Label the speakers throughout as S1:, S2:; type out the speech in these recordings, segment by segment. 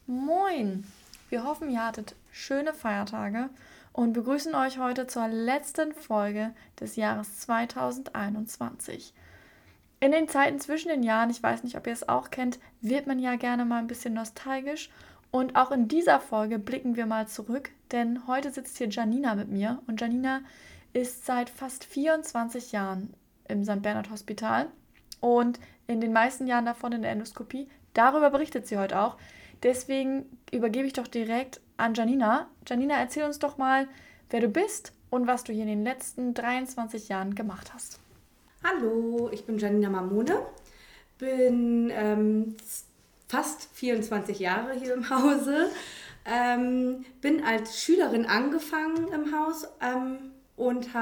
S1: Moin! Wir hoffen, ihr hattet schöne Feiertage und begrüßen euch heute zur letzten Folge des Jahres 2021. In den Zeiten zwischen den Jahren, ich weiß nicht, ob ihr es auch kennt, wird man ja gerne mal ein bisschen nostalgisch. Und auch in dieser Folge blicken wir mal zurück, denn heute sitzt hier Janina mit mir. Und Janina ist seit fast 24 Jahren im St. Bernhard Hospital und in den meisten Jahren davon in der Endoskopie. Darüber berichtet sie heute auch. Deswegen übergebe ich doch direkt an Janina. Janina, erzähl uns doch mal, wer du bist und was du hier in den letzten 23 Jahren gemacht hast.
S2: Hallo, ich bin Janina Mamone, bin fast 24 Jahre hier im Hause, bin als Schülerin angefangen im Haus und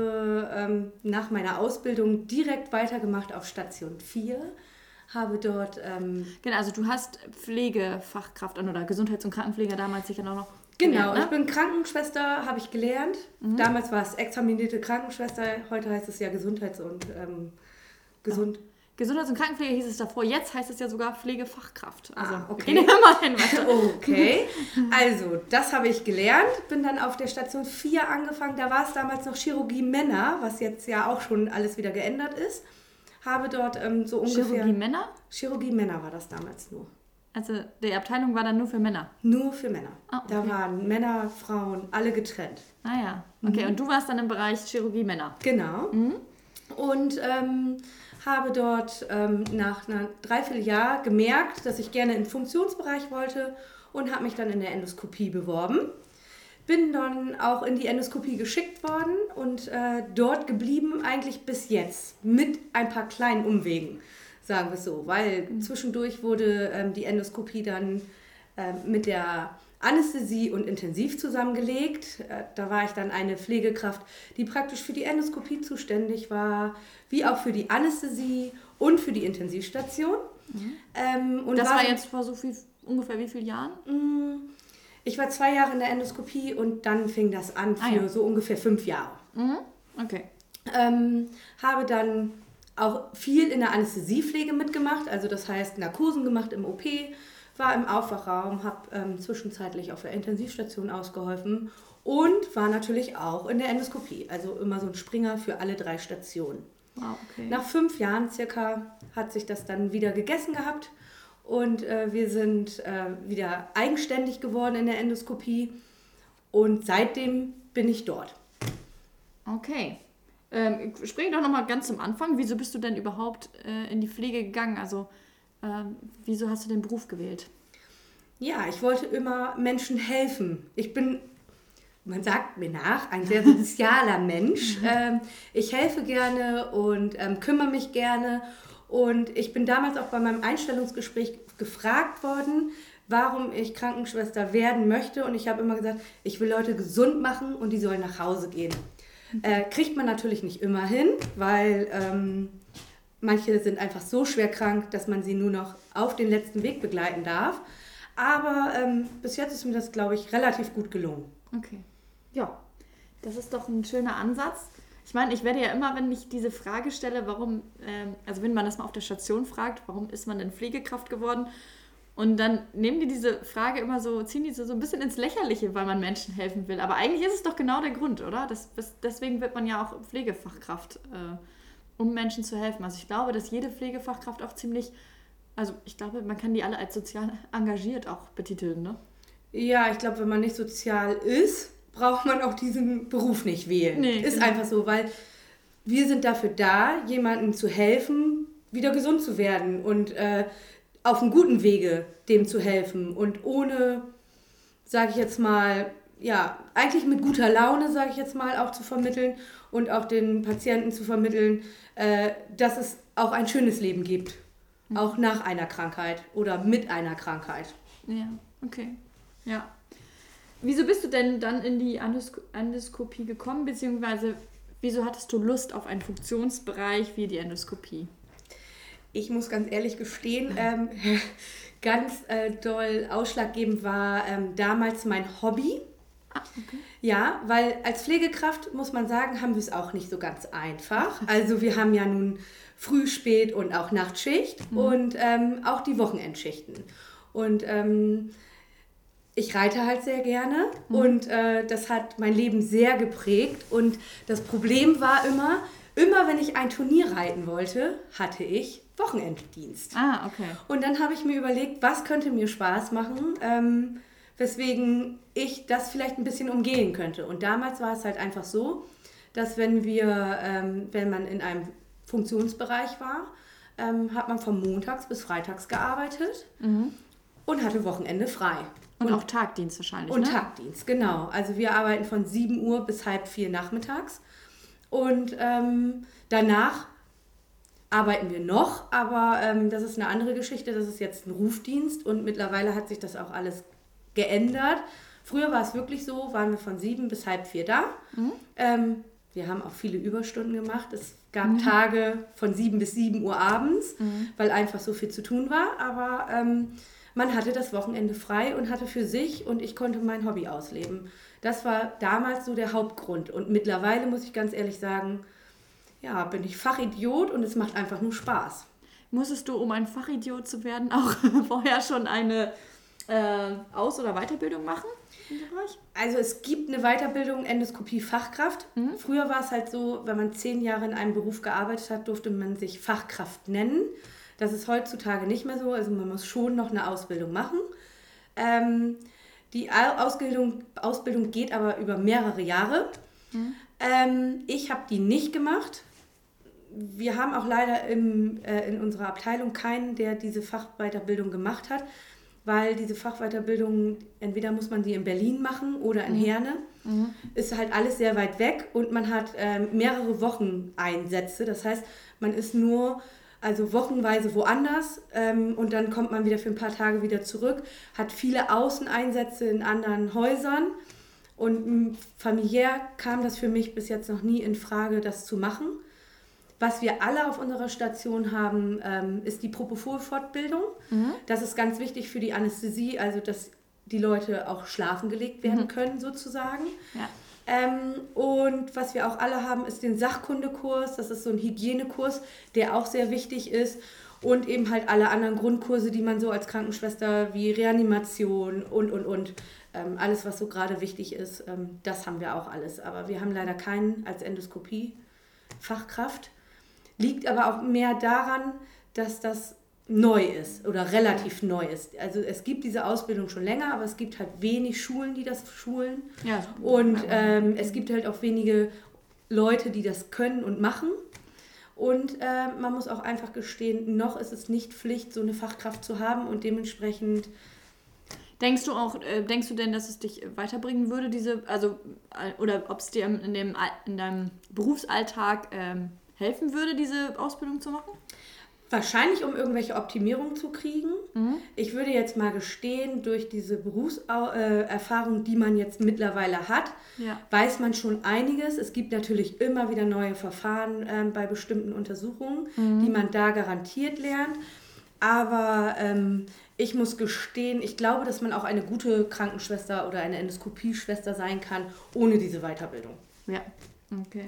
S2: habe nach meiner Ausbildung direkt weitergemacht auf Station 4. Habe dort...
S1: Genau, also du hast Pflegefachkraft oder Gesundheits- und Krankenpfleger damals sicher noch
S2: Genau,
S1: gelernt, ne?
S2: Ich bin Krankenschwester, habe ich gelernt. Damals war es examinierte Krankenschwester, heute heißt es ja Gesundheits- und
S1: Gesundheits- und Krankenpflege hieß es davor, jetzt heißt es ja sogar Pflegefachkraft. Also
S2: okay.
S1: wir gehen immerhin weiter.
S2: Okay, also das habe ich gelernt, bin dann auf der Station 4 angefangen, da war es damals noch Chirurgie Männer, was jetzt ja auch schon alles wieder geändert ist. Habe dort so ungefähr...
S1: Chirurgie Männer?
S2: Chirurgie Männer war das damals nur.
S1: Also die Abteilung war dann nur für Männer?
S2: Nur für Männer.
S1: Ah, okay.
S2: Da waren Männer, Frauen, alle getrennt.
S1: Ah ja, okay. Und du warst dann im Bereich Chirurgie Männer?
S2: Genau. Und habe dort nach einer Dreivierteljahr gemerkt, dass ich gerne in den Funktionsbereich wollte und habe mich dann in der Endoskopie beworben. Bin dann auch in die Endoskopie geschickt worden und dort geblieben eigentlich bis jetzt mit ein paar kleinen Umwegen, sagen wir es so, weil zwischendurch wurde die Endoskopie dann mit der Anästhesie und Intensiv zusammengelegt. Da war ich dann eine Pflegekraft, die praktisch für die Endoskopie zuständig war, wie auch für die Anästhesie und für die Intensivstation. Und
S1: das war jetzt vor ungefähr wie vielen Jahren?
S2: Ich war 2 Jahre in der Endoskopie und dann fing das an für so ungefähr 5 Jahre.
S1: Okay.
S2: Habe dann auch viel in der Anästhesiepflege mitgemacht, also das heißt Narkosen gemacht im OP, war im Aufwachraum, habe zwischenzeitlich auf der Intensivstation ausgeholfen und war natürlich auch in der Endoskopie, also immer so ein Springer für alle 3 Stationen.
S1: Wow, okay.
S2: Nach 5 Jahren circa hat sich das dann wieder gegessen gehabt. Und wir sind wieder eigenständig geworden in der Endoskopie und seitdem bin ich dort.
S1: Okay. Spring doch nochmal ganz zum Anfang. Wieso bist du denn überhaupt in die Pflege gegangen? Also wieso hast du den Beruf gewählt?
S2: Ja, ich wollte immer Menschen helfen. Ich bin, man sagt mir nach, ein sehr sozialer Mensch. Ich helfe gerne und kümmere mich gerne. Und ich bin damals auch bei meinem Einstellungsgespräch gefragt worden, warum ich Krankenschwester werden möchte. Und ich habe immer gesagt, ich will Leute gesund machen und die sollen nach Hause gehen. Kriegt man natürlich nicht immer hin, weil manche sind einfach so schwer krank, dass man sie nur noch auf den letzten Weg begleiten darf. Aber bis jetzt ist mir das, glaube ich, relativ gut gelungen.
S1: Okay. Ja, das ist doch ein schöner Ansatz. Ich meine, ich werde ja immer, wenn ich diese Frage stelle, warum, also wenn man das mal auf der Station fragt, warum ist man denn Pflegekraft geworden? Und dann nehmen die diese Frage immer so, ziehen die so ein bisschen ins Lächerliche, weil man Menschen helfen will. Aber eigentlich ist es doch genau der Grund, oder? Deswegen wird man ja auch Pflegefachkraft, um Menschen zu helfen. Also ich glaube, dass jede Pflegefachkraft auch ziemlich, also ich glaube, man kann die alle als sozial engagiert auch betiteln, ne?
S2: Ja, ich glaube, wenn man nicht sozial ist, braucht man auch diesen Beruf nicht wählen. Nee, ist genau. Einfach so, weil wir sind dafür da, jemandem zu helfen, wieder gesund zu werden und auf einem guten Wege dem zu helfen und ohne, sage ich jetzt mal, ja, eigentlich mit guter Laune, sage ich jetzt mal, auch zu vermitteln und auch den Patienten zu vermitteln, dass es auch ein schönes Leben gibt, auch nach einer Krankheit oder mit einer Krankheit.
S1: Ja, okay, ja. Wieso bist du denn dann in die Endoskopie gekommen, beziehungsweise wieso hattest du Lust auf einen Funktionsbereich wie die Endoskopie?
S2: Ich muss ganz ehrlich gestehen, ganz doll ausschlaggebend war damals mein Hobby.
S1: Ah, okay.
S2: Ja, weil als Pflegekraft, muss man sagen, haben wir es auch nicht so ganz einfach. Also wir haben ja nun Früh-, Spät- und auch Nachtschicht und auch die Wochenendschichten. Und ich reite halt sehr gerne und das hat mein Leben sehr geprägt. Und das Problem war immer wenn ich ein Turnier reiten wollte, hatte ich Wochenenddienst.
S1: Ah, okay.
S2: Und dann habe ich mir überlegt, was könnte mir Spaß machen, weswegen ich das vielleicht ein bisschen umgehen könnte. Und damals war es halt einfach so, dass wenn man in einem Funktionsbereich war, hat man von montags bis freitags gearbeitet und hatte Wochenende frei.
S1: Und auch Tagdienst wahrscheinlich,
S2: Und
S1: ne?
S2: Tagdienst, genau. Also wir arbeiten von 7 Uhr bis 3:30 nachmittags. Und danach arbeiten wir noch, aber das ist eine andere Geschichte. Das ist jetzt ein Rufdienst und mittlerweile hat sich das auch alles geändert. Früher war es wirklich so, waren wir von 7 bis 3:30 da. Wir haben auch viele Überstunden gemacht. Es gab Tage von 7 bis 7 Uhr abends, weil einfach so viel zu tun war. Aber man hatte das Wochenende frei und hatte für sich und ich konnte mein Hobby ausleben. Das war damals so der Hauptgrund. Und mittlerweile muss ich ganz ehrlich sagen, ja, bin ich Fachidiot und es macht einfach nur Spaß.
S1: Musstest du, um ein Fachidiot zu werden, auch vorher schon eine Aus- oder Weiterbildung machen im Bereich?
S2: Also es gibt eine Weiterbildung Endoskopie-Fachkraft. Früher war es halt so, wenn man 10 Jahre in einem Beruf gearbeitet hat, durfte man sich Fachkraft nennen. Das ist heutzutage nicht mehr so, also man muss schon noch eine Ausbildung machen. Die Ausbildung geht aber über mehrere Jahre. Ich habe die nicht gemacht. Wir haben auch leider in unserer Abteilung keinen, der diese Fachweiterbildung gemacht hat, weil diese Fachweiterbildung, entweder muss man die in Berlin machen oder in Herne. Ist halt alles sehr weit weg und man hat mehrere Wocheneinsätze. Das heißt, man ist nur wochenweise woanders und dann kommt man wieder für ein paar Tage wieder zurück, hat viele Außeneinsätze in anderen Häusern und familiär kam das für mich bis jetzt noch nie in Frage, das zu machen. Was wir alle auf unserer Station haben, ist die Propofol-Fortbildung. Das ist ganz wichtig für die Anästhesie, also dass die Leute auch schlafen gelegt werden können sozusagen.
S1: Ja.
S2: Und was wir auch alle haben, ist den Sachkundekurs. Das ist so ein Hygienekurs, der auch sehr wichtig ist. Und eben halt alle anderen Grundkurse, die man so als Krankenschwester wie Reanimation und alles, was so gerade wichtig ist, das haben wir auch alles. Aber wir haben leider keinen als Endoskopie-Fachkraft. Liegt aber auch mehr daran, dass das neu ist oder relativ neu ist. Also es gibt diese Ausbildung schon länger, aber es gibt halt wenig Schulen, die das schulen.
S1: Ja.
S2: Und es gibt halt auch wenige Leute, die das können und machen. Und man muss auch einfach gestehen, noch ist es nicht Pflicht, so eine Fachkraft zu haben und dementsprechend...
S1: Denkst du denn, dass es dich weiterbringen würde, oder ob es dir in deinem Berufsalltag helfen würde, diese Ausbildung zu machen?
S2: Wahrscheinlich, um irgendwelche Optimierungen zu kriegen. Ich würde jetzt mal gestehen, durch diese Berufserfahrung, die man jetzt mittlerweile hat, weiß man schon einiges. Es gibt natürlich immer wieder neue Verfahren bei bestimmten Untersuchungen, die man da garantiert lernt. Aber ich muss gestehen, ich glaube, dass man auch eine gute Krankenschwester oder eine Endoskopieschwester sein kann, ohne diese Weiterbildung.
S1: Ja, okay.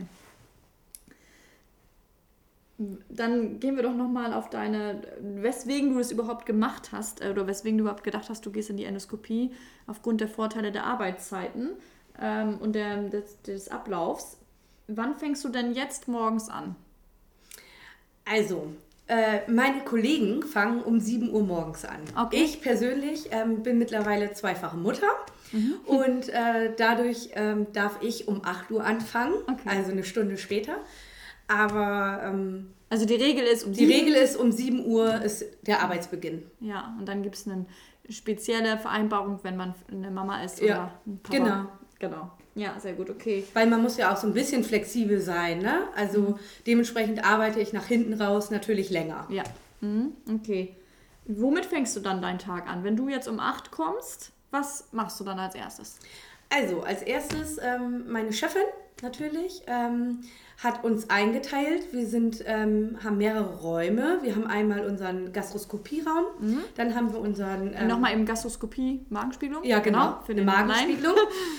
S1: Dann gehen wir doch nochmal auf weswegen du das überhaupt gemacht hast oder weswegen du überhaupt gedacht hast, du gehst in die Endoskopie aufgrund der Vorteile der Arbeitszeiten und des Ablaufs. Wann fängst du denn jetzt morgens an?
S2: Also, meine Kollegen fangen um 7 Uhr morgens an. Okay. Ich persönlich bin mittlerweile zweifache Mutter und dadurch darf ich um 8 Uhr anfangen, also eine Stunde später. Aber
S1: also die Regel ist
S2: um 7 Uhr ist der Arbeitsbeginn.
S1: Ja, und dann gibt es eine spezielle Vereinbarung, wenn man eine Mama ist oder ein Papa. Genau. Ja, sehr gut, okay.
S2: Weil man muss ja auch so ein bisschen flexibel sein, ne? Also dementsprechend arbeite ich nach hinten raus natürlich länger.
S1: Ja, okay. Womit fängst du dann deinen Tag an? Wenn du jetzt um 8 kommst, was machst du dann als erstes?
S2: Also als erstes meine Chefin natürlich hat uns eingeteilt. Wir haben mehrere Räume. Wir haben einmal unseren Gastroskopieraum, dann haben wir unseren...
S1: Nochmal eben Gastroskopie, Magenspiegelung?
S2: Ja, genau, für eine Magenspiegelung.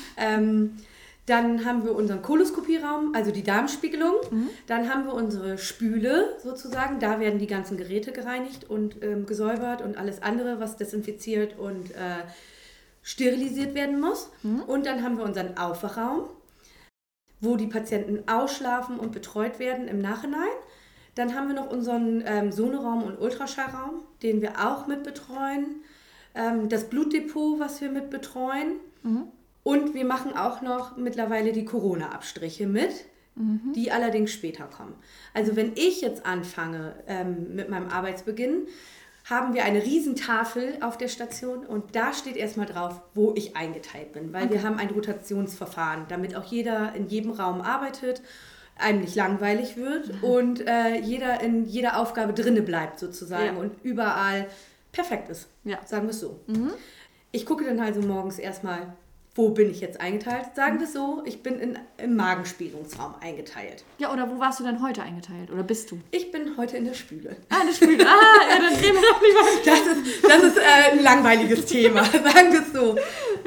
S2: Dann haben wir unseren Koloskopieraum, also die Darmspiegelung. Dann haben wir unsere Spüle sozusagen. Da werden die ganzen Geräte gereinigt und gesäubert und alles andere, was desinfiziert und sterilisiert werden muss. Und dann haben wir unseren Aufwachraum, wo die Patienten ausschlafen und betreut werden im Nachhinein. Dann haben wir noch unseren Sonoraum und Ultraschallraum, den wir auch mit betreuen. Das Blutdepot, was wir mit betreuen. Und wir machen auch noch mittlerweile die Corona-Abstriche mit, die allerdings später kommen. Also wenn ich jetzt anfange mit meinem Arbeitsbeginn, haben wir eine Riesentafel auf der Station und da steht erstmal drauf, wo ich eingeteilt bin, weil wir haben ein Rotationsverfahren, damit auch jeder in jedem Raum arbeitet, einem nicht langweilig wird und jeder in jeder Aufgabe drinne bleibt sozusagen und überall perfekt ist, sagen wir es so. Ich gucke dann also morgens erstmal, wo bin ich jetzt eingeteilt? Sagen wir es so, ich bin im Magenspiegelungsraum eingeteilt.
S1: Ja, oder wo warst du denn heute eingeteilt? Oder bist du?
S2: Ich bin heute in der Spüle.
S1: In der Spüle. Ja, dann reden wir doch nicht mal.
S2: Das ist ein langweiliges Thema, sagen wir es so.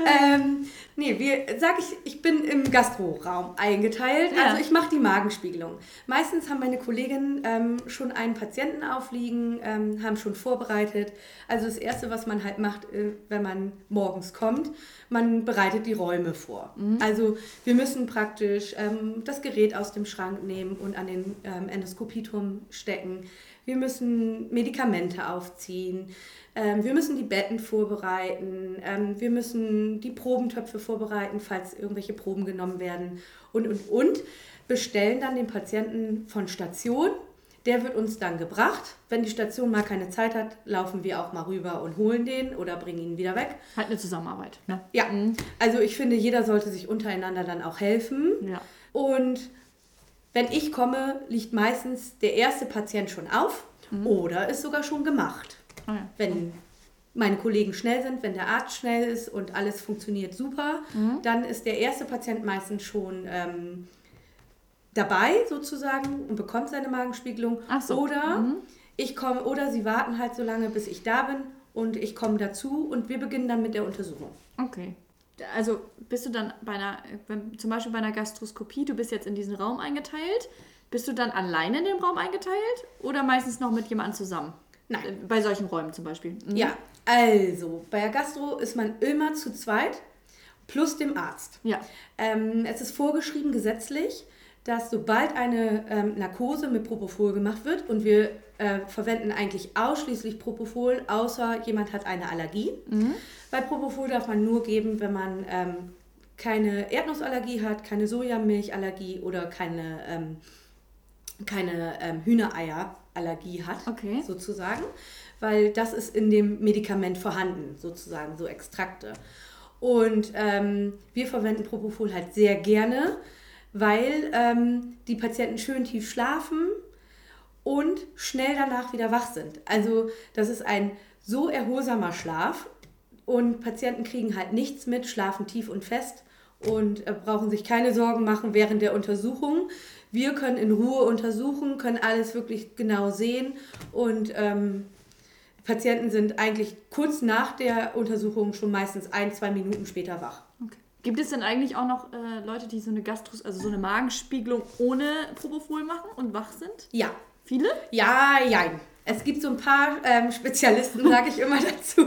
S2: Ich bin im Gastroraum eingeteilt, also ich mache die Magenspiegelung. Meistens haben meine Kolleginnen schon einen Patienten aufliegen, haben schon vorbereitet. Also das Erste, was man halt macht, wenn man morgens kommt, man bereitet die Räume vor. Also wir müssen praktisch das Gerät aus dem Schrank nehmen und an den Endoskopieturm stecken. Wir müssen Medikamente aufziehen. Wir müssen die Betten vorbereiten, wir müssen die Probentöpfe vorbereiten, falls irgendwelche Proben genommen werden und. Bestellen dann den Patienten von Station. Der wird uns dann gebracht. Wenn die Station mal keine Zeit hat, laufen wir auch mal rüber und holen den oder bringen ihn wieder weg.
S1: Halt eine Zusammenarbeit. Ne?
S2: Ja, also ich finde, jeder sollte sich untereinander dann auch helfen.
S1: Ja.
S2: Und wenn ich komme, liegt meistens der erste Patient schon auf oder ist sogar schon gemacht. Wenn meine Kollegen schnell sind, wenn der Arzt schnell ist und alles funktioniert super, dann ist der erste Patient meistens schon dabei sozusagen und bekommt seine Magenspiegelung.
S1: Ach so.
S2: Oder sie warten halt so lange, bis ich da bin und ich komme dazu und wir beginnen dann mit der Untersuchung.
S1: Okay. Also bist du dann zum Beispiel bei einer Gastroskopie, du bist jetzt in diesen Raum eingeteilt, bist du dann alleine in den Raum eingeteilt oder meistens noch mit jemandem zusammen?
S2: Nein.
S1: Bei solchen Räumen zum Beispiel.
S2: Ja, also bei der Gastro ist man immer zu zweit plus dem Arzt.
S1: Ja.
S2: Es ist vorgeschrieben gesetzlich, dass sobald eine Narkose mit Propofol gemacht wird und wir verwenden eigentlich ausschließlich Propofol, außer jemand hat eine Allergie. Bei Propofol darf man nur geben, wenn man keine Erdnussallergie hat, keine Sojamilchallergie oder keine Hühnereierallergie hat, sozusagen, weil das ist in dem Medikament vorhanden, sozusagen, so Extrakte. Und wir verwenden Propofol halt sehr gerne, weil die Patienten schön tief schlafen und schnell danach wieder wach sind. Also das ist ein so erholsamer Schlaf und Patienten kriegen halt nichts mit, schlafen tief und fest und brauchen sich keine Sorgen machen während der Untersuchung. Wir können in Ruhe untersuchen, können alles wirklich genau sehen und Patienten sind eigentlich kurz nach der Untersuchung schon meistens 1-2 Minuten später wach.
S1: Okay. Gibt es denn eigentlich auch noch Leute, die so eine Magenspiegelung ohne Propofol machen und wach sind?
S2: Ja.
S1: Viele?
S2: Ja. Es gibt so ein paar Spezialisten, sage ich immer dazu,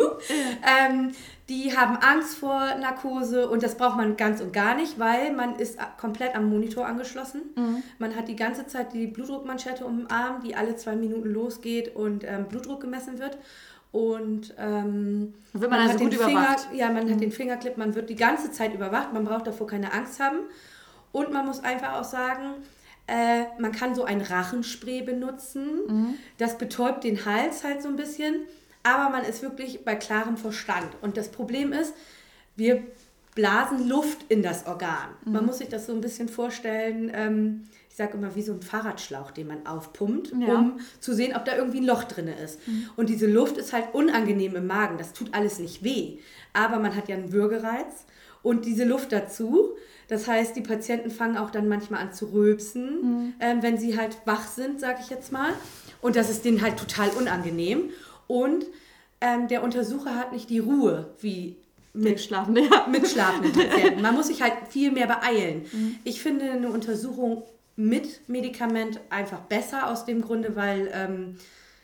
S2: die haben Angst vor Narkose und das braucht man ganz und gar nicht, weil man ist komplett am Monitor angeschlossen. Man hat die ganze Zeit die Blutdruckmanschette um den Arm, die alle 2 Minuten losgeht und Blutdruck gemessen wird. Und
S1: wird man also gut überwacht?
S2: Man hat den Fingerclip, man wird die ganze Zeit überwacht, man braucht davor keine Angst haben. Und man muss einfach auch sagen, man kann so ein Rachenspray benutzen, das betäubt den Hals halt so ein bisschen, aber man ist wirklich bei klarem Verstand. Und das Problem ist, wir blasen Luft in das Organ. Man muss sich das so ein bisschen vorstellen, ich sage immer wie so ein Fahrradschlauch, den man aufpumpt, um zu sehen, ob da irgendwie ein Loch drin ist. Und diese Luft ist halt unangenehm im Magen, das tut alles nicht weh, aber man hat ja einen Würgereiz und diese Luft dazu. Das heißt, die Patienten fangen auch dann manchmal an zu rülpsen, wenn sie halt wach sind, sage ich jetzt mal. Und das ist denen halt total unangenehm. Und der Untersucher hat nicht die Ruhe wie mit schlafenden Patienten. Man muss sich halt viel mehr beeilen. Ich finde eine Untersuchung mit Medikament einfach besser aus dem Grunde, weil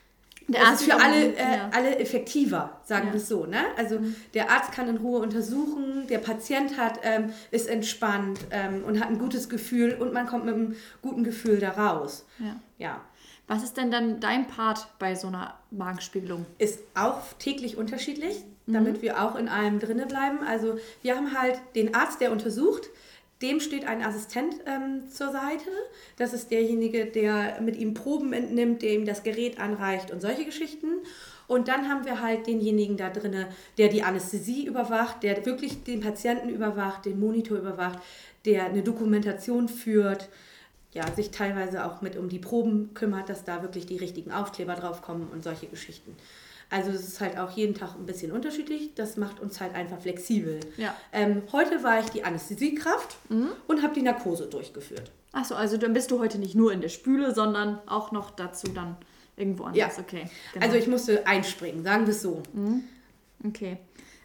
S2: Es ist für alle effektiver, sagen wir es so. Ne? Also der Arzt kann in Ruhe untersuchen, der Patient ist entspannt und hat ein gutes Gefühl und man kommt mit einem guten Gefühl da raus. Ja.
S1: Was ist denn dann dein Part bei so einer Magenspiegelung?
S2: Ist auch täglich unterschiedlich, damit wir auch in allem drinne bleiben. Also wir haben halt den Arzt, der untersucht. Dem steht ein Assistent zur Seite. Das ist derjenige, der mit ihm Proben entnimmt, der ihm das Gerät anreicht und solche Geschichten. Und dann haben wir halt denjenigen da drin, der die Anästhesie überwacht, der wirklich den Patienten überwacht, den Monitor überwacht, der eine Dokumentation führt, ja, sich teilweise auch mit um die Proben kümmert, dass da wirklich die richtigen Aufkleber drauf kommen und solche Geschichten. Also es ist halt auch jeden Tag ein bisschen unterschiedlich. Das macht uns halt einfach flexibel. Ja. Heute war ich die Anästhesiekraft und habe die Narkose durchgeführt.
S1: Achso, also dann bist du heute nicht nur in der Spüle, sondern auch noch dazu dann irgendwo anders. Ja. Okay,
S2: genau. Also ich musste einspringen, sagen wir es so.
S1: Okay.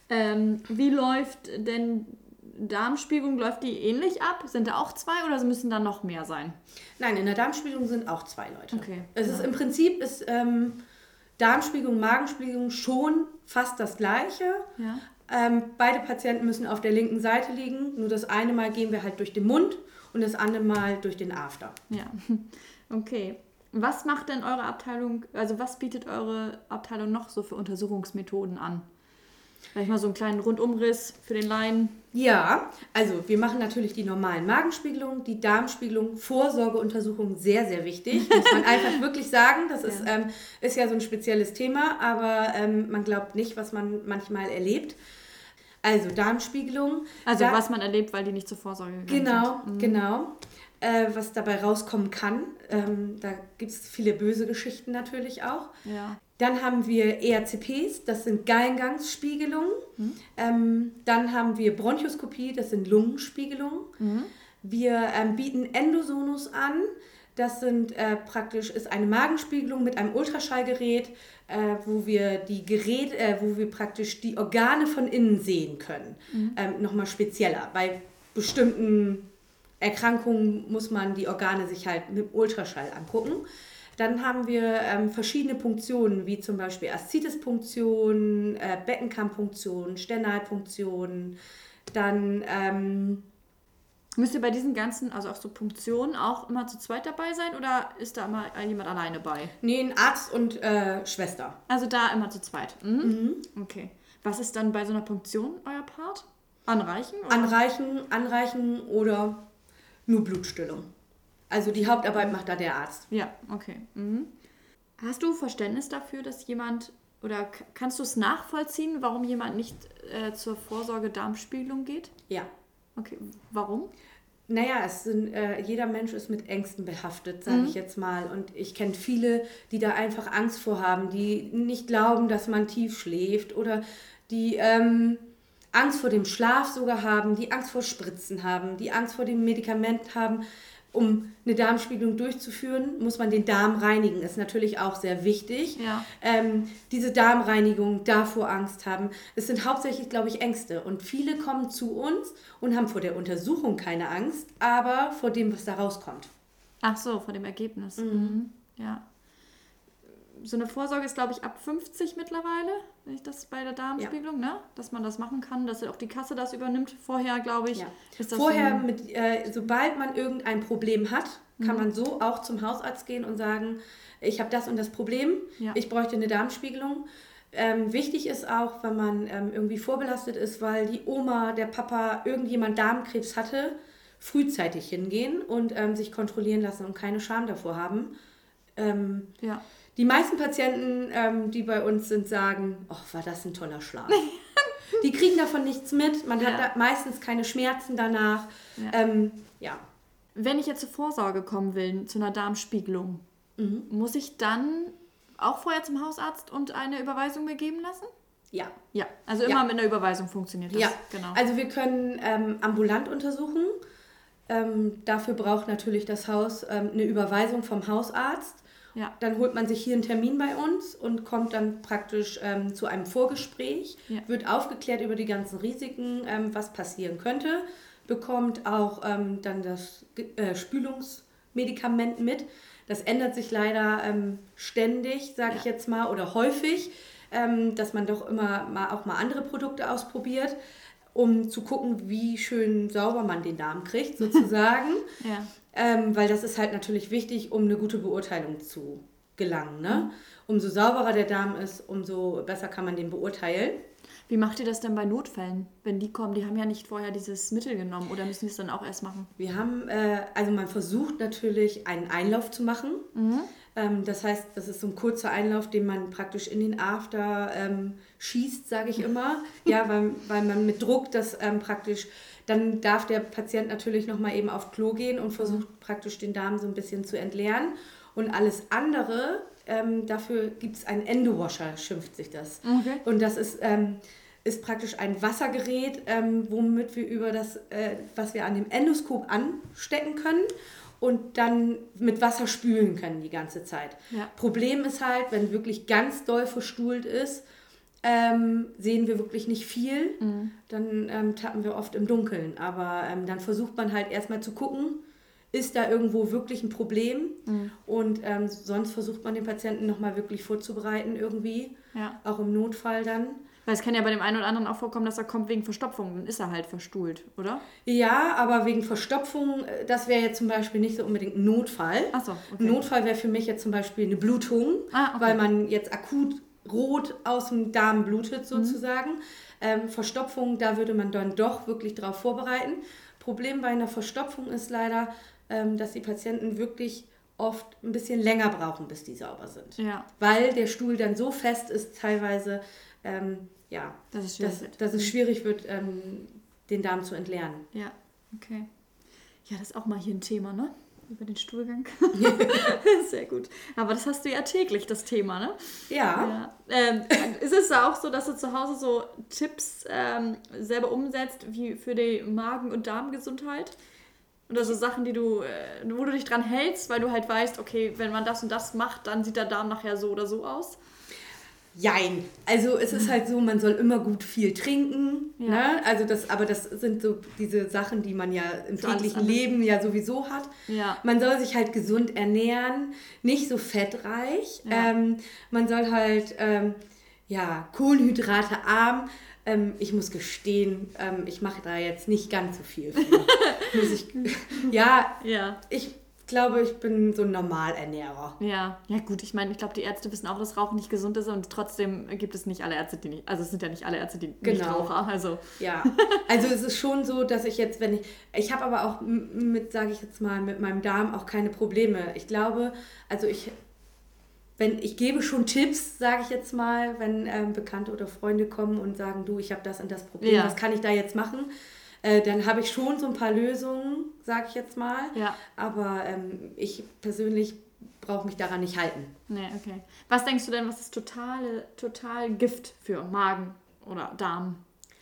S1: Wie läuft denn Darmspiegelung? Läuft die ähnlich ab? Sind da auch 2 oder müssen da noch mehr sein?
S2: Nein, in der Darmspiegelung sind auch 2 Leute. Okay. Es ist im Prinzip Darmspiegelung, Magenspiegelung schon fast das Gleiche. Ja. Beide Patienten müssen auf der linken Seite liegen. Nur das eine Mal gehen wir halt durch den Mund und das andere Mal durch den After.
S1: Ja, okay. Was macht denn eure Abteilung, also was bietet eure Abteilung noch so für Untersuchungsmethoden an? Vielleicht mal so einen kleinen Rundumriss für den Laien.
S2: Ja, also wir machen natürlich die normalen Magenspiegelungen, die Darmspiegelung, Vorsorgeuntersuchungen, sehr, sehr wichtig. Muss man einfach wirklich sagen. Das ist ja so ein spezielles Thema, aber man glaubt nicht, was man manchmal erlebt. Also Darmspiegelung.
S1: Also was man erlebt, weil die nicht zur Vorsorge gegangen sind.
S2: Genau. Was dabei rauskommen kann. Da gibt es viele böse Geschichten natürlich auch. Ja. Dann haben wir ERCPs, das sind Gallengangsspiegelungen. Dann haben wir Bronchoskopie, das sind Lungenspiegelungen. Wir bieten Endosonus an. Das sind ist eine Magenspiegelung mit einem Ultraschallgerät, wo wir praktisch die Organe von innen sehen können. Nochmal spezieller. Bei bestimmten Erkrankungen muss man die Organe sich halt mit Ultraschall angucken. Dann haben wir verschiedene Punktionen, wie zum Beispiel Aszites-Punktionen, Beckenkammpunktionen, Sternalpunktionen. Dann
S1: müsst ihr bei diesen ganzen, also auch so Punktionen, auch immer zu zweit dabei sein oder ist da immer jemand alleine bei?
S2: Nee, ein Arzt und Schwester.
S1: Also da immer zu zweit. Okay. Was ist dann bei so einer Punktion euer Part? Anreichen?
S2: Oder? Anreichen oder nur Blutstillung. Also die Hauptarbeit macht da der Arzt.
S1: Ja, okay. Hast du Verständnis dafür, dass jemand, oder kannst du es nachvollziehen, warum jemand nicht zur Vorsorge-Darmspiegelung geht?
S2: Ja.
S1: Okay, warum?
S2: Naja, jeder Mensch ist mit Ängsten behaftet, sage ich jetzt mal. Und ich kenne viele, die da einfach Angst vor haben, die nicht glauben, dass man tief schläft oder die Angst vor dem Schlaf sogar haben, die Angst vor Spritzen haben, die Angst vor dem Medikament haben. Um eine Darmspiegelung durchzuführen, muss man den Darm reinigen. Ist natürlich auch sehr wichtig. Ja. Diese Darmreinigung, davor Angst haben. Es sind hauptsächlich, glaube ich, Ängste. Und viele kommen zu uns und haben vor der Untersuchung keine Angst, aber vor dem, was da rauskommt.
S1: Ach so, vor dem Ergebnis. Ja. So eine Vorsorge ist, glaube ich, ab 50 mittlerweile, wenn ich das bei der Darmspiegelung, ne? Dass man das machen kann, dass auch die Kasse das übernimmt. Vorher, glaube ich, ist das
S2: vorher, sobald man irgendein Problem hat, kann man so auch zum Hausarzt gehen und sagen, ich habe das und das Problem, ich bräuchte eine Darmspiegelung. Wichtig ist auch, wenn man irgendwie vorbelastet ist, weil die Oma, der Papa, irgendjemand Darmkrebs hatte, frühzeitig hingehen und sich kontrollieren lassen und keine Scham davor haben. Die meisten Patienten, die bei uns sind, sagen, war das ein toller Schlaf. Die kriegen davon nichts mit, man hat da meistens keine Schmerzen danach.
S1: Wenn ich jetzt zur Vorsorge kommen will, zu einer Darmspiegelung, muss ich dann auch vorher zum Hausarzt und eine Überweisung mir geben lassen?
S2: Ja.
S1: Ja, also immer mit einer Überweisung funktioniert das.
S2: Ja, genau. Also wir können ambulant untersuchen. Dafür braucht natürlich das Haus eine Überweisung vom Hausarzt. Ja. Dann holt man sich hier einen Termin bei uns und kommt dann praktisch zu einem Vorgespräch, wird aufgeklärt über die ganzen Risiken, was passieren könnte, bekommt auch dann das Spülungsmedikament mit. Das ändert sich leider ständig, sage ich jetzt mal, oder häufig, dass man doch immer auch mal andere Produkte ausprobiert, um zu gucken, wie schön sauber man den Darm kriegt, sozusagen. Weil das ist halt natürlich wichtig, um eine gute Beurteilung zu gelangen. Ne? Umso sauberer der Darm ist, umso besser kann man den beurteilen.
S1: Wie macht ihr das denn bei Notfällen, wenn die kommen? Die haben ja nicht vorher dieses Mittel genommen oder müssen die es dann auch erst machen?
S2: Wir haben, also man versucht natürlich einen Einlauf zu machen. Das heißt, das ist so ein kurzer Einlauf, den man praktisch in den After schießt, sage ich immer. Ja, weil man mit Druck das praktisch, dann darf der Patient natürlich nochmal eben auf Klo gehen und versucht praktisch den Darm so ein bisschen zu entleeren. Und alles andere, dafür gibt es einen Endowasher, schimpft sich das.
S1: Okay.
S2: Und das ist praktisch ein Wassergerät, womit wir über das, was wir an dem Endoskop anstecken können und dann mit Wasser spülen können die ganze Zeit.
S1: Ja.
S2: Problem ist halt, wenn wirklich ganz doll verstuhlt ist, sehen wir wirklich nicht viel. Dann tappen wir oft im Dunkeln. Aber dann versucht man halt erstmal zu gucken, ist da irgendwo wirklich ein Problem? Und sonst versucht man den Patienten nochmal wirklich vorzubereiten irgendwie.
S1: Ja.
S2: Auch im Notfall dann.
S1: Weil es kann ja bei dem einen oder anderen auch vorkommen, dass er kommt wegen Verstopfung. Dann ist er halt verstuhlt, oder?
S2: Ja, aber wegen Verstopfung, das wäre jetzt zum Beispiel nicht so unbedingt ein Notfall.
S1: Ach so, okay.
S2: Ein Notfall wäre für mich jetzt zum Beispiel eine Blutung, weil man jetzt akut rot aus dem Darm blutet sozusagen. Verstopfung, da würde man dann doch wirklich drauf vorbereiten. Problem bei einer Verstopfung ist leider, dass die Patienten wirklich oft ein bisschen länger brauchen, bis die sauber sind.
S1: Ja.
S2: Weil der Stuhl dann so fest ist teilweise, dass es schwierig wird, den Darm zu entleeren.
S1: Ja, okay. Ja, das ist auch mal hier ein Thema, ne? Über den Stuhlgang. Sehr gut. Aber das hast du ja täglich, das Thema, ne?
S2: Ja.
S1: Ist es da auch so, dass du zu Hause so Tipps selber umsetzt, wie für die Magen- und Darmgesundheit? Oder so Sachen, wo du dich dran hältst, weil du halt weißt, okay, wenn man das und das macht, dann sieht der Darm nachher so oder so aus?
S2: Jein. Also es ist halt so, man soll immer gut viel trinken.
S1: Ja.
S2: Ne? Also aber das sind so diese Sachen, die man ja im täglichen Leben ja sowieso hat.
S1: Ja.
S2: Man soll sich halt gesund ernähren, nicht so fettreich.
S1: Ja.
S2: Man soll halt Kohlenhydrate arm. Ich muss gestehen, ich mache da jetzt nicht ganz so viel für. Ich glaube, ich bin so ein Normalernährer.
S1: Ja, gut, ich meine, ich glaube, die Ärzte wissen auch, dass Rauchen nicht gesund ist und trotzdem gibt es nicht alle Ärzte, die nicht, also es sind ja nicht alle Ärzte, die nicht Raucher, also. Ja,
S2: also es ist schon so, dass ich jetzt, ich habe aber auch mit meinem Darm auch keine Probleme. Ich glaube, also ich gebe schon Tipps, sage ich jetzt mal, wenn Bekannte oder Freunde kommen und sagen, du, ich habe das und das Problem, was kann ich da jetzt machen? Dann habe ich schon so ein paar Lösungen, sage ich jetzt mal.
S1: Ja.
S2: Aber ich persönlich brauche mich daran nicht halten.
S1: Nee, okay. Was denkst du denn, was ist total Gift für Magen oder Darm?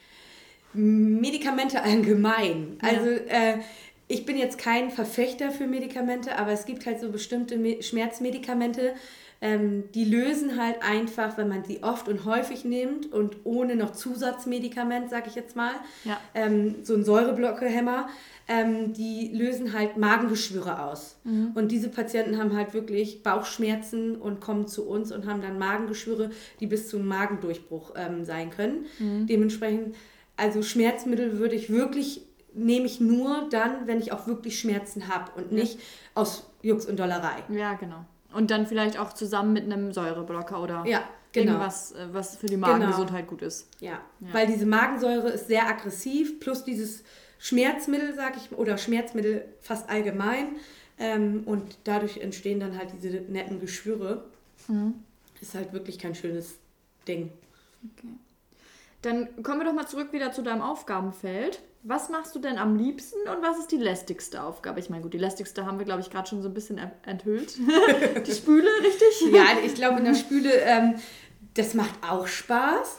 S2: Medikamente allgemein. Ja. Also ich bin jetzt kein Verfechter für Medikamente, aber es gibt halt so bestimmte Schmerzmedikamente, die lösen halt einfach, wenn man sie oft und häufig nimmt und ohne noch Zusatzmedikament, sag ich jetzt mal, so ein Säureblockehemmer, die lösen halt Magengeschwüre aus. Und diese Patienten haben halt wirklich Bauchschmerzen und kommen zu uns und haben dann Magengeschwüre, die bis zu einem Magendurchbruch sein können. Dementsprechend, also Schmerzmittel nehme ich nur dann, wenn ich auch wirklich Schmerzen habe und nicht aus Jux und Dollerei.
S1: Ja, genau. Und dann vielleicht auch zusammen mit einem Säureblocker oder irgendwas, was für die Magengesundheit gut ist.
S2: Ja, weil diese Magensäure ist sehr aggressiv, plus dieses Schmerzmittel, oder Schmerzmittel fast allgemein. Und dadurch entstehen dann halt diese netten Geschwüre. Ist halt wirklich kein schönes Ding.
S1: Okay. Dann kommen wir doch mal zurück wieder zu deinem Aufgabenfeld. Was machst du denn am liebsten und was ist die lästigste Aufgabe? Ich meine, gut, die lästigste haben wir, glaube ich, gerade schon so ein bisschen enthüllt. Die Spüle, richtig?
S2: Ja, ich glaube, in der Spüle, das macht auch Spaß.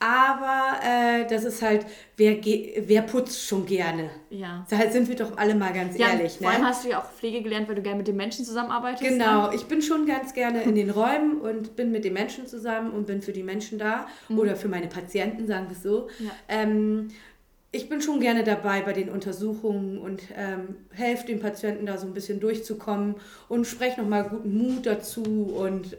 S2: Aber das ist halt, wer putzt schon gerne? Ja. Da sind wir doch alle mal ganz ehrlich.
S1: Vor allem hast du ja auch Pflege gelernt, weil du gerne mit den Menschen zusammenarbeitest.
S2: Genau, ich bin schon ganz gerne in den Räumen und bin mit den Menschen zusammen und bin für die Menschen da. Oder für meine Patienten, sagen wir es so. Ja. ich bin schon gerne dabei bei den Untersuchungen und helfe den Patienten da so ein bisschen durchzukommen und spreche nochmal guten Mut dazu und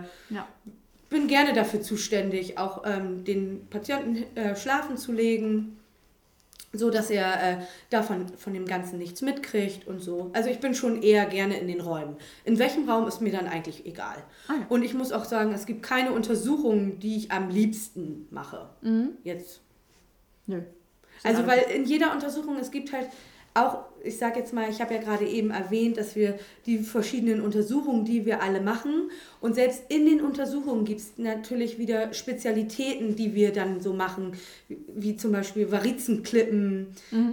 S2: bin gerne dafür zuständig, auch den Patienten schlafen zu legen, so dass er davon von dem Ganzen nichts mitkriegt und so. Also ich bin schon eher gerne in den Räumen. In welchem Raum ist mir dann eigentlich egal. Und ich muss auch sagen, es gibt keine Untersuchungen, die ich am liebsten mache. Jetzt.
S1: Nö.
S2: Also weil in jeder Untersuchung, es gibt halt auch, ich sage jetzt mal, ich habe ja gerade eben erwähnt, dass wir die verschiedenen Untersuchungen, die wir alle machen, und selbst in den Untersuchungen gibt es natürlich wieder Spezialitäten, die wir dann so machen, wie zum Beispiel Varizenklippen,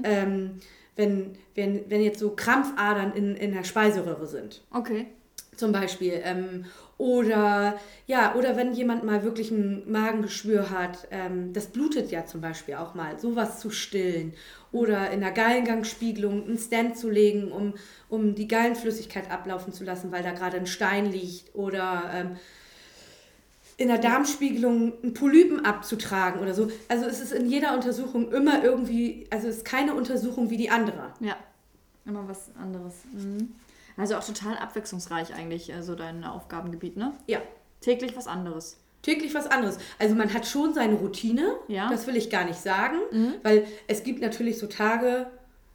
S2: wenn jetzt so Krampfadern in der Speiseröhre sind.
S1: Okay.
S2: Zum Beispiel. Oder wenn jemand mal wirklich ein Magengeschwür hat, das blutet ja zum Beispiel auch mal, sowas zu stillen. Oder in der Gallengangsspiegelung einen Stent zu legen, um die Gallenflüssigkeit ablaufen zu lassen, weil da gerade ein Stein liegt. Oder in der Darmspiegelung einen Polypen abzutragen oder so. Also es ist in jeder Untersuchung immer irgendwie, also es ist keine Untersuchung wie die andere.
S1: Ja, immer was anderes. Also auch total abwechslungsreich eigentlich, so dein Aufgabengebiet, ne?
S2: Ja.
S1: Täglich was anderes.
S2: Täglich was anderes. Also man hat schon seine Routine, das will ich gar nicht sagen, weil es gibt natürlich so Tage,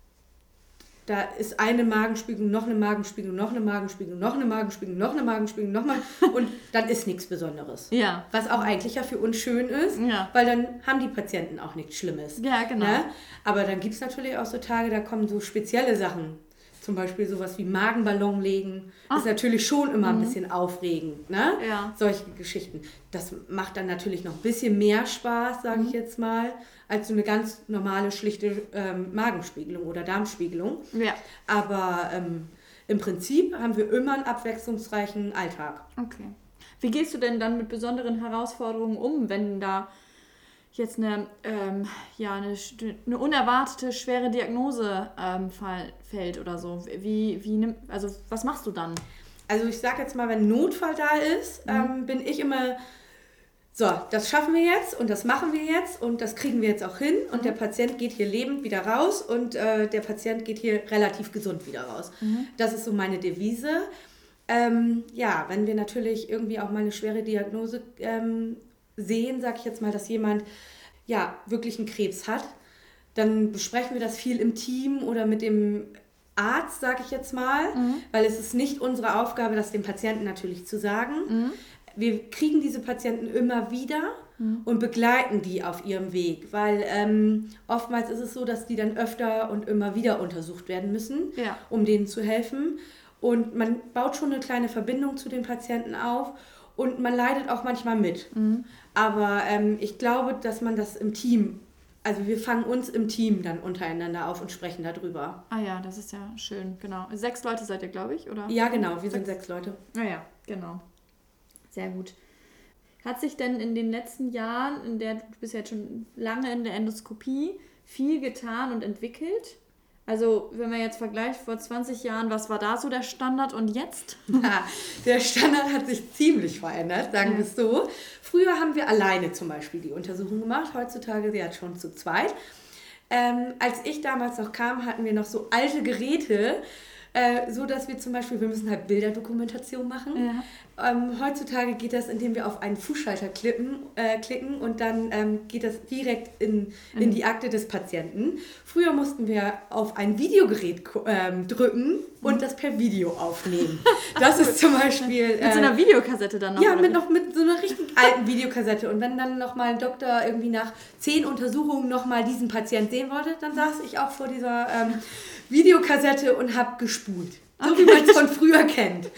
S2: da ist eine Magenspiegelung, noch eine Magenspiegelung, noch eine Magenspiegelung, noch eine Magenspiegelung, noch eine Magenspiegelung, nochmal und dann ist nichts Besonderes.
S1: Ja.
S2: Was auch eigentlich ja für uns schön ist, weil dann haben die Patienten auch nichts Schlimmes.
S1: Ja, genau.
S2: Ne? Aber dann gibt es natürlich auch so Tage, da kommen so spezielle Sachen. Zum Beispiel sowas wie Magenballon legen. Ist natürlich schon immer ein bisschen aufregend, ne? Ja. Solche Geschichten. Das macht dann natürlich noch ein bisschen mehr Spaß, sage ich jetzt mal, als so eine ganz normale, schlichte Magenspiegelung oder Darmspiegelung. Ja. Aber im Prinzip haben wir immer einen abwechslungsreichen Alltag.
S1: Okay. Wie gehst du denn dann mit besonderen Herausforderungen um, wenn da jetzt eine unerwartete schwere Diagnose fällt oder so? Also was machst du dann?
S2: Also ich sage jetzt mal, wenn ein Notfall da ist, bin ich immer, so, das schaffen wir jetzt und das machen wir jetzt und das kriegen wir jetzt auch hin und der Patient geht hier lebend wieder raus und der Patient geht hier relativ gesund wieder raus. Das ist so meine Devise. Wenn wir natürlich irgendwie auch mal eine schwere Diagnose sehen, sage ich jetzt mal, dass jemand wirklich einen Krebs hat, dann besprechen wir das viel im Team oder mit dem Arzt, sage ich jetzt mal, weil es ist nicht unsere Aufgabe, das dem Patienten natürlich zu sagen. Wir kriegen diese Patienten immer wieder und begleiten die auf ihrem Weg, weil oftmals ist es so, dass die dann öfter und immer wieder untersucht werden müssen, um denen zu helfen. Und man baut schon eine kleine Verbindung zu den Patienten auf. Und man leidet auch manchmal mit. Aber ich glaube, dass man das im Team, also wir fangen uns im Team dann untereinander auf und sprechen darüber.
S1: Ah ja, das ist ja schön, genau. 6 Leute seid ihr, glaube ich, oder?
S2: Ja, genau, wir sind 6 Leute.
S1: Ah ja, genau. Sehr gut. Hat sich denn in den letzten Jahren, du bist ja jetzt schon lange in der Endoskopie, viel getan und entwickelt? Also, wenn man jetzt vergleicht, vor 20 Jahren, was war da so der Standard und jetzt?
S2: Der Standard hat sich ziemlich verändert, sagen wir es so. Früher haben wir alleine zum Beispiel die Untersuchung gemacht, heutzutage ja schon zu zweit. Als ich damals noch kam, hatten wir noch so alte Geräte, so dass wir zum Beispiel, wir müssen halt Bilderdokumentation machen. Ja. Heutzutage geht das, indem wir auf einen Fußschalter klicken und dann geht das direkt in die Akte des Patienten. Früher mussten wir auf ein Videogerät drücken und das per Video aufnehmen. Das ist zum Beispiel...
S1: mit so einer Videokassette dann noch?
S2: Ja, mit so einer richtig alten Videokassette. Und wenn dann nochmal ein Doktor irgendwie nach 10 Untersuchungen nochmal diesen Patient sehen wollte, dann saß ich auch vor dieser Videokassette und habe gespult. So wie man es von früher kennt.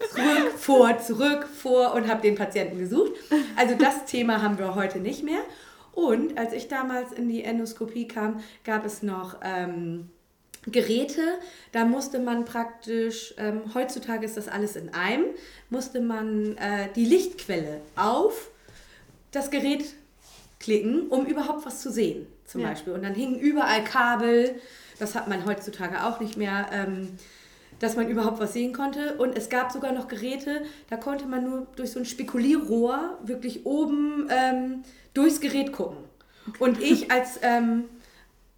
S2: Zurück, vor und habe den Patienten gesucht. Also das Thema haben wir heute nicht mehr. Und als ich damals in die Endoskopie kam, gab es noch Geräte. Da musste man praktisch, heutzutage ist das alles in einem, musste man die Lichtquelle auf das Gerät klicken, um überhaupt was zu sehen. Zum Beispiel. Und dann hingen überall Kabel. Das hat man heutzutage auch nicht mehr, dass man überhaupt was sehen konnte. Und es gab sogar noch Geräte, da konnte man nur durch so ein Spekulierrohr wirklich oben durchs Gerät gucken. Okay. Und ich als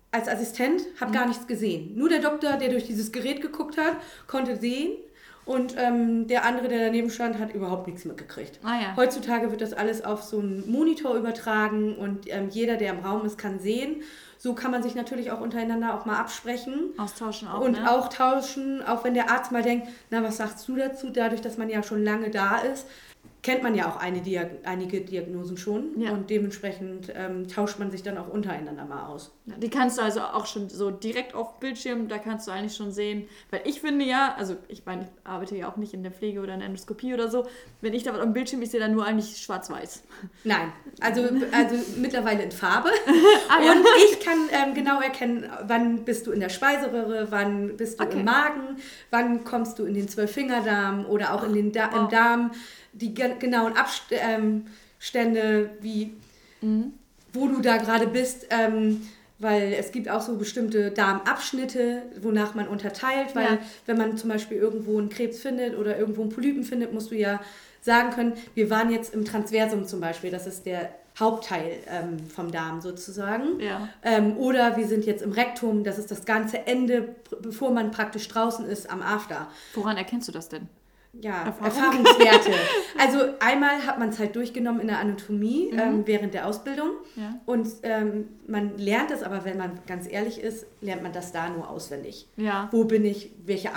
S2: als Assistent, habe gar nichts gesehen. Nur der Doktor, der durch dieses Gerät geguckt hat, konnte sehen. Und der andere, der daneben stand, hat überhaupt nichts mitgekriegt. Heutzutage wird das alles auf so einen Monitor übertragen und jeder, der im Raum ist, kann sehen. So kann man sich natürlich auch untereinander auch mal absprechen.
S1: Austauschen auch,
S2: und auch tauschen, auch wenn der Arzt mal denkt, na, was sagst du dazu? Dadurch, dass man ja schon lange da ist, kennt man ja auch einige Diagnosen schon. Ja. Und dementsprechend tauscht man sich dann auch untereinander mal aus.
S1: Ja, die kannst du also auch schon so direkt auf Bildschirm, da kannst du eigentlich schon sehen. Weil ich finde ja, also ich meine, ich arbeite ja auch nicht in der Pflege oder in der Endoskopie oder so. Wenn ich da was am Bildschirm, ich sehe dann nur eigentlich schwarz-weiß.
S2: Nein, also mittlerweile in Farbe. Und ich kann genau erkennen, wann bist du in der Speiseröhre, wann bist du im Magen, wann kommst du in den 12-Fingerdarm oder auch in den im Darm. Die genauen Abstände, wo du da gerade bist, weil es gibt auch so bestimmte Darmabschnitte, wonach man unterteilt, weil wenn man zum Beispiel irgendwo einen Krebs findet oder irgendwo einen Polypen findet, musst du ja sagen können, wir waren jetzt im Transversum zum Beispiel, das ist der Hauptteil vom Darm sozusagen. Ja. Oder wir sind jetzt im Rektum, das ist das ganze Ende, bevor man praktisch draußen ist am After.
S1: Woran erkennst du das denn?
S2: Ja, Erfahrungswerte. Also einmal hat man es halt durchgenommen in der Anatomie während der Ausbildung. Ja. Und man lernt es, aber wenn man ganz ehrlich ist, lernt man das da nur auswendig. Ja. Wo bin ich, welche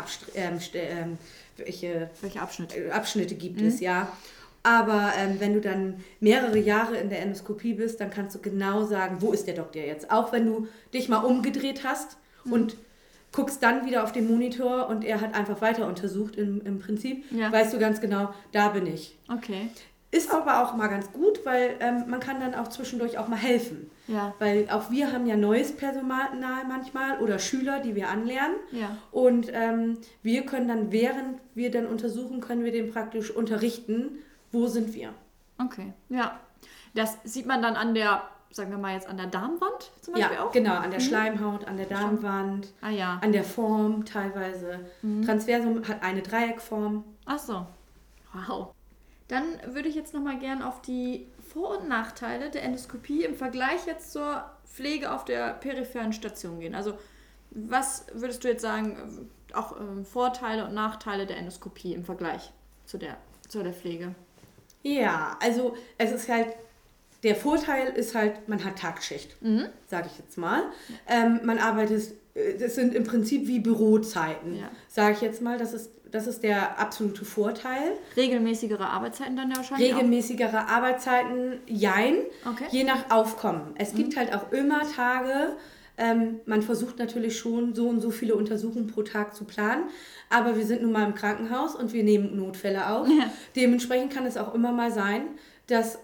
S2: Abschnitte gibt es, ja. Aber wenn du dann mehrere Jahre in der Endoskopie bist, dann kannst du genau sagen, wo ist der Doktor jetzt. Auch wenn du dich mal umgedreht hast und guckst dann wieder auf den Monitor und er hat einfach weiter untersucht im Prinzip, weißt du ganz genau, da bin ich.
S1: Okay.
S2: Ist aber auch mal ganz gut, weil man kann dann auch zwischendurch auch mal helfen. Ja. Weil auch wir haben ja neues Personal manchmal oder Schüler, die wir anlernen. Ja. Und wir können dann, während wir dann untersuchen, können wir den praktisch unterrichten, wo sind wir.
S1: Okay, ja. Das sieht man dann an der, sagen wir mal jetzt an der Darmwand zum Beispiel auch?
S2: Ja, genau, an der Schleimhaut, an der Darmwand, an der Form teilweise. Transversum hat eine Dreieckform.
S1: Ach so, wow. Dann würde ich jetzt nochmal gern auf die Vor- und Nachteile der Endoskopie im Vergleich jetzt zur Pflege auf der peripheren Station gehen. Also was würdest du jetzt sagen, auch Vorteile und Nachteile der Endoskopie im Vergleich zu der Pflege?
S2: Ja, also es ist halt, der Vorteil ist halt, man hat Tagschicht, sage ich jetzt mal. Man arbeitet, das sind im Prinzip wie Bürozeiten, sage ich jetzt mal. Das ist der absolute Vorteil.
S1: Regelmäßigere Arbeitszeiten dann ja wahrscheinlich
S2: Regelmäßigere Arbeitszeiten, jein, je nach Aufkommen. Es gibt halt auch immer Tage, man versucht natürlich schon so und so viele Untersuchungen pro Tag zu planen, aber wir sind nun mal im Krankenhaus und wir nehmen Notfälle auf. Ja. Dementsprechend kann es auch immer mal sein, dass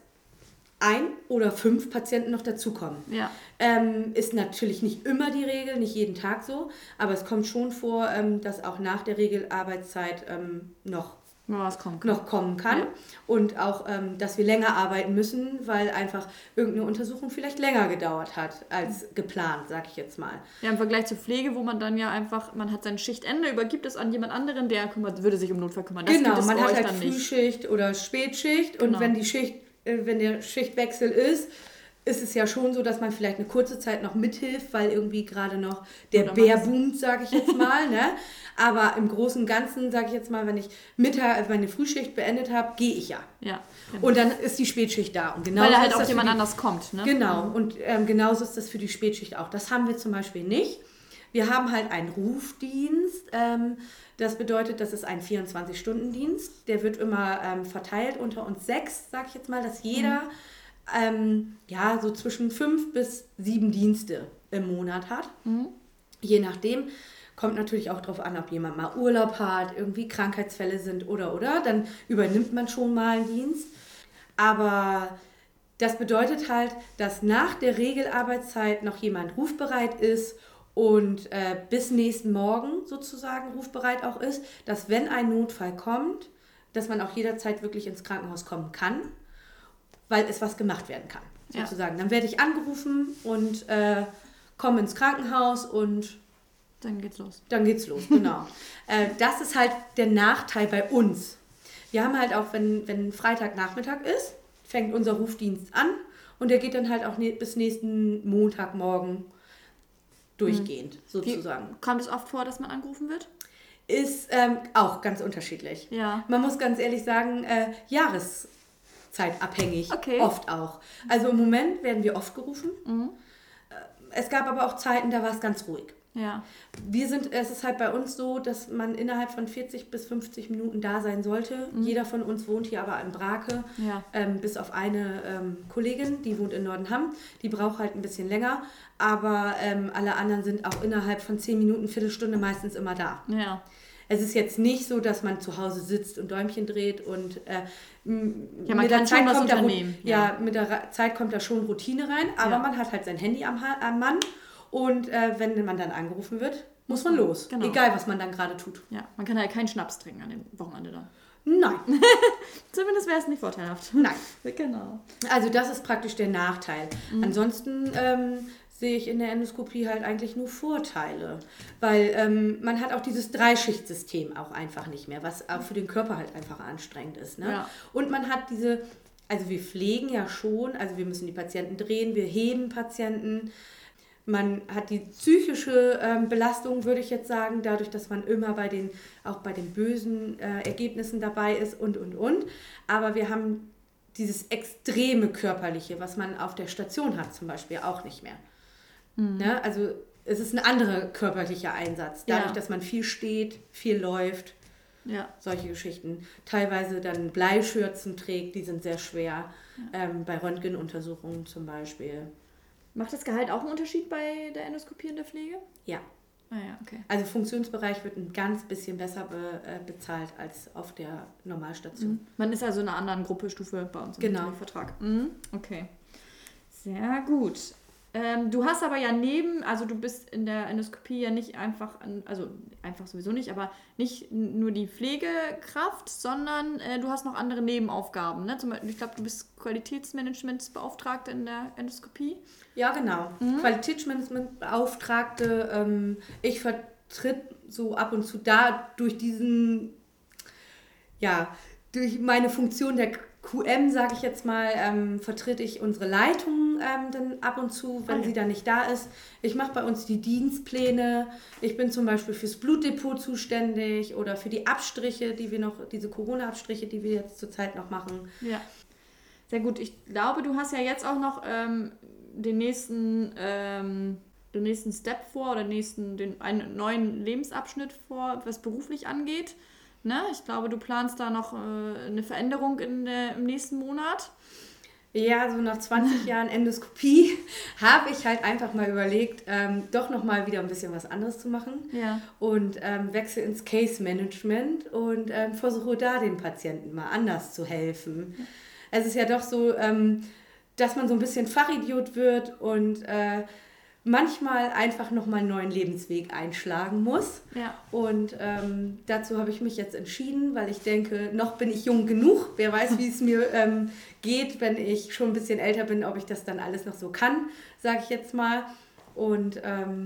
S2: 1 oder 5 Patienten noch dazukommen. Ja. Ist natürlich nicht immer die Regel, nicht jeden Tag so, aber es kommt schon vor, dass auch nach der Regelarbeitszeit noch kommen kann. Ja. Und auch, dass wir länger arbeiten müssen, weil einfach irgendeine Untersuchung vielleicht länger gedauert hat als geplant, sag ich jetzt mal.
S1: Ja, im Vergleich zur Pflege, wo man dann ja einfach, man hat sein Schichtende, übergibt es an jemand anderen, der würde sich um Notfall kümmern. Das
S2: genau, man hat halt Frühschicht oder Spätschicht und wenn der Schichtwechsel ist es ja schon so, dass man vielleicht eine kurze Zeit noch mithilft, weil irgendwie gerade noch der Bär boomt, sage ich jetzt mal. Ne? Aber im Großen und Ganzen, sage ich jetzt mal, wenn ich meine Frühschicht beendet habe, gehe ich ja. Genau. Und dann ist die Spätschicht da. Und
S1: weil da halt auch jemand anders kommt. Ne?
S2: Genau. Und genauso ist das für die Spätschicht auch. Das haben wir zum Beispiel nicht. Wir haben halt einen Rufdienst. Das bedeutet, das ist ein 24-Stunden-Dienst. Der wird immer verteilt unter uns 6, sage ich jetzt mal, dass jeder so zwischen 5 bis 7 Dienste im Monat hat. Je nachdem. Kommt natürlich auch darauf an, ob jemand mal Urlaub hat, irgendwie Krankheitsfälle sind oder. Dann übernimmt man schon mal einen Dienst. Aber das bedeutet halt, dass nach der Regelarbeitszeit noch jemand rufbereit ist und bis nächsten Morgen sozusagen rufbereit auch ist, dass wenn ein Notfall kommt, dass man auch jederzeit wirklich ins Krankenhaus kommen kann, weil es was gemacht werden kann, sozusagen. Ja. Dann werde ich angerufen und komme ins Krankenhaus und
S1: dann geht's los.
S2: Dann geht's los, genau. Das ist halt der Nachteil bei uns. Wir haben halt auch, wenn Freitagnachmittag ist, fängt unser Rufdienst an und der geht dann halt auch bis nächsten Montagmorgen durchgehend sozusagen.
S1: Kommt es oft vor, dass man angerufen wird?
S2: Ist auch ganz unterschiedlich.
S1: Ja.
S2: Man muss ganz ehrlich sagen, jahreszeitabhängig, oft auch. Also im Moment werden wir oft gerufen. Es gab aber auch Zeiten, da war es ganz ruhig.
S1: Ja.
S2: Es ist halt bei uns so, dass man innerhalb von 40 bis 50 Minuten da sein sollte. Jeder von uns wohnt hier aber in Brake, bis auf eine Kollegin, die wohnt in Nordenham. Die braucht halt ein bisschen länger, aber alle anderen sind auch innerhalb von 10 Minuten, Viertelstunde meistens immer da.
S1: Ja.
S2: Es ist jetzt nicht so, dass man zu Hause sitzt und Däumchen dreht und
S1: man kann schon was unternehmen.
S2: Mit der Zeit kommt da schon Routine rein, aber man hat halt sein Handy am Mann und wenn man dann angerufen wird, muss man los. Genau. Egal, was man dann gerade tut.
S1: Ja, man kann halt keinen Schnaps trinken an dem Wochenende dann.
S2: Nein.
S1: Zumindest wäre es nicht vorteilhaft.
S2: Nein.
S1: Genau.
S2: Also das ist praktisch der Nachteil. Ansonsten sehe ich in der Endoskopie halt eigentlich nur Vorteile. Weil man hat auch dieses Dreischichtsystem auch einfach nicht mehr, was auch für den Körper halt einfach anstrengend ist. Ne? Ja. Und man hat also wir pflegen ja schon, also wir müssen die Patienten drehen, wir heben Patienten. Man hat die psychische Belastung, würde ich jetzt sagen, dadurch, dass man immer auch bei den bösen Ergebnissen dabei ist und. Aber wir haben dieses extreme Körperliche, was man auf der Station hat zum Beispiel, auch nicht mehr. Ne? Also es ist ein anderer körperlicher Einsatz, dadurch, dass man viel steht, viel läuft, solche Geschichten. Teilweise dann Bleischürzen trägt, die sind sehr schwer, bei Röntgenuntersuchungen zum Beispiel.
S1: Macht das Gehalt auch einen Unterschied bei der Endoskopie und der Pflege?
S2: Ja.
S1: Ah ja, okay.
S2: Also Funktionsbereich wird ein ganz bisschen besser bezahlt als auf der Normalstation.
S1: Man ist also in einer anderen Gruppestufe bei uns im Vertrag. Okay. Sehr gut. Du hast aber ja du bist in der Endoskopie ja nicht einfach sowieso nicht, aber nicht nur die Pflegekraft, sondern du hast noch andere Nebenaufgaben. Ne? Zum Beispiel, ich glaube, du bist Qualitätsmanagementbeauftragte in der Endoskopie.
S2: Ja, genau. Qualitätsmanagementbeauftragte. Ich vertritt so ab und zu durch meine Funktion der QM, sage ich jetzt mal, vertrete ich unsere Leitung dann ab und zu, wenn sie dann nicht da ist. Ich mache bei uns die Dienstpläne. Ich bin zum Beispiel fürs Blutdepot zuständig oder für die Abstriche, diese Corona-Abstriche, die wir jetzt zurzeit noch machen.
S1: Ja, sehr gut. Ich glaube, du hast ja jetzt auch noch den nächsten Step vor oder einen neuen Lebensabschnitt vor, was beruflich angeht. Ne? Ich glaube, du planst da noch eine Veränderung im nächsten Monat.
S2: Ja, so nach 20 Jahren Endoskopie habe ich halt einfach mal überlegt, doch nochmal wieder ein bisschen was anderes zu machen.
S1: Ja.
S2: Und wechsle ins Case Management und versuche da den Patienten mal anders zu helfen. Ja. Es ist ja doch so, dass man so ein bisschen Fachidiot wird und manchmal einfach nochmal einen neuen Lebensweg einschlagen muss.
S1: Ja.
S2: Und dazu habe ich mich jetzt entschieden, weil ich denke, noch bin ich jung genug. Wer weiß, wie es mir geht, wenn ich schon ein bisschen älter bin, ob ich das dann alles noch so kann, sage ich jetzt mal. Und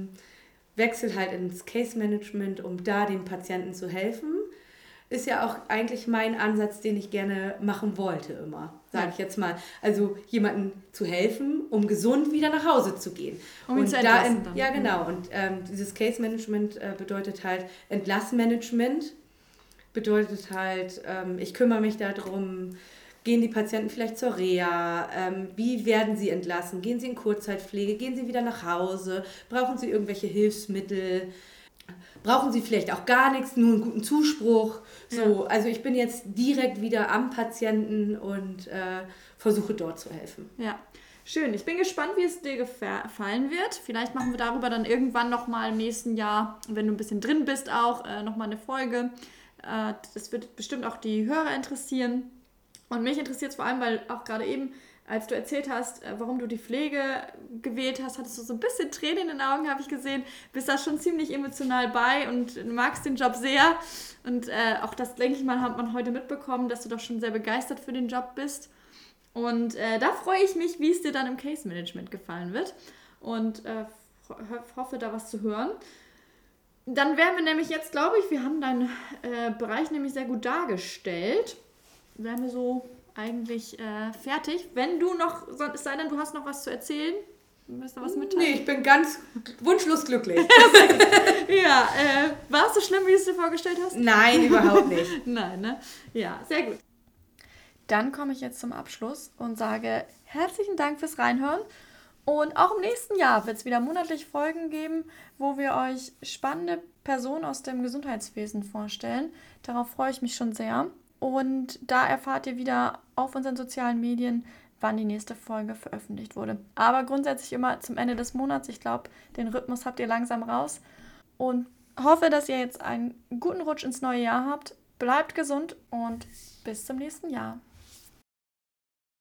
S2: wechsle halt ins Case Management, um da den Patienten zu helfen. Ist ja auch eigentlich mein Ansatz, den ich gerne machen wollte immer, sage ich jetzt mal. Also jemandem zu helfen, um gesund wieder nach Hause zu gehen.
S1: Um ihn zu entlassen
S2: dann. Ja, genau. Und dieses Case Management bedeutet halt Entlassmanagement. Bedeutet halt, ich kümmere mich darum, gehen die Patienten vielleicht zur Reha? Wie werden sie entlassen? Gehen sie in Kurzzeitpflege? Gehen sie wieder nach Hause? Brauchen sie irgendwelche Hilfsmittel? Brauchen sie vielleicht auch gar nichts, nur einen guten Zuspruch. So, also ich bin jetzt direkt wieder am Patienten und versuche dort zu helfen.
S1: Ja, schön. Ich bin gespannt, wie es dir gefallen wird. Vielleicht machen wir darüber dann irgendwann nochmal im nächsten Jahr, wenn du ein bisschen drin bist auch, nochmal eine Folge. Das wird bestimmt auch die Hörer interessieren. Und mich interessiert es vor allem, weil auch gerade eben, als du erzählt hast, warum du die Pflege gewählt hast, hattest du so ein bisschen Tränen in den Augen, habe ich gesehen. Bist da schon ziemlich emotional bei und magst den Job sehr. Und auch das, denke ich mal, hat man heute mitbekommen, dass du doch schon sehr begeistert für den Job bist. Und da freue ich mich, wie es dir dann im Case Management gefallen wird. Und hoffe, da was zu hören. Dann wären wir nämlich jetzt, glaube ich, wir haben deinen Bereich nämlich sehr gut dargestellt. Wären wir so eigentlich fertig. Wenn du noch, es sei denn, du hast noch was zu erzählen? Willst du was mitteilen?
S2: Nee, ich bin ganz wunschlos glücklich.
S1: Ja, war es so schlimm, wie du es dir vorgestellt hast?
S2: Nein, überhaupt nicht.
S1: Nein, ne? Ja, sehr gut. Dann komme ich jetzt zum Abschluss und sage herzlichen Dank fürs Reinhören. Und auch im nächsten Jahr wird es wieder monatlich Folgen geben, wo wir euch spannende Personen aus dem Gesundheitswesen vorstellen. Darauf freue ich mich schon sehr. Und da erfahrt ihr wieder auf unseren sozialen Medien, wann die nächste Folge veröffentlicht wurde. Aber grundsätzlich immer zum Ende des Monats. Ich glaube, den Rhythmus habt ihr langsam raus. Und hoffe, dass ihr jetzt einen guten Rutsch ins neue Jahr habt. Bleibt gesund und bis zum nächsten Jahr.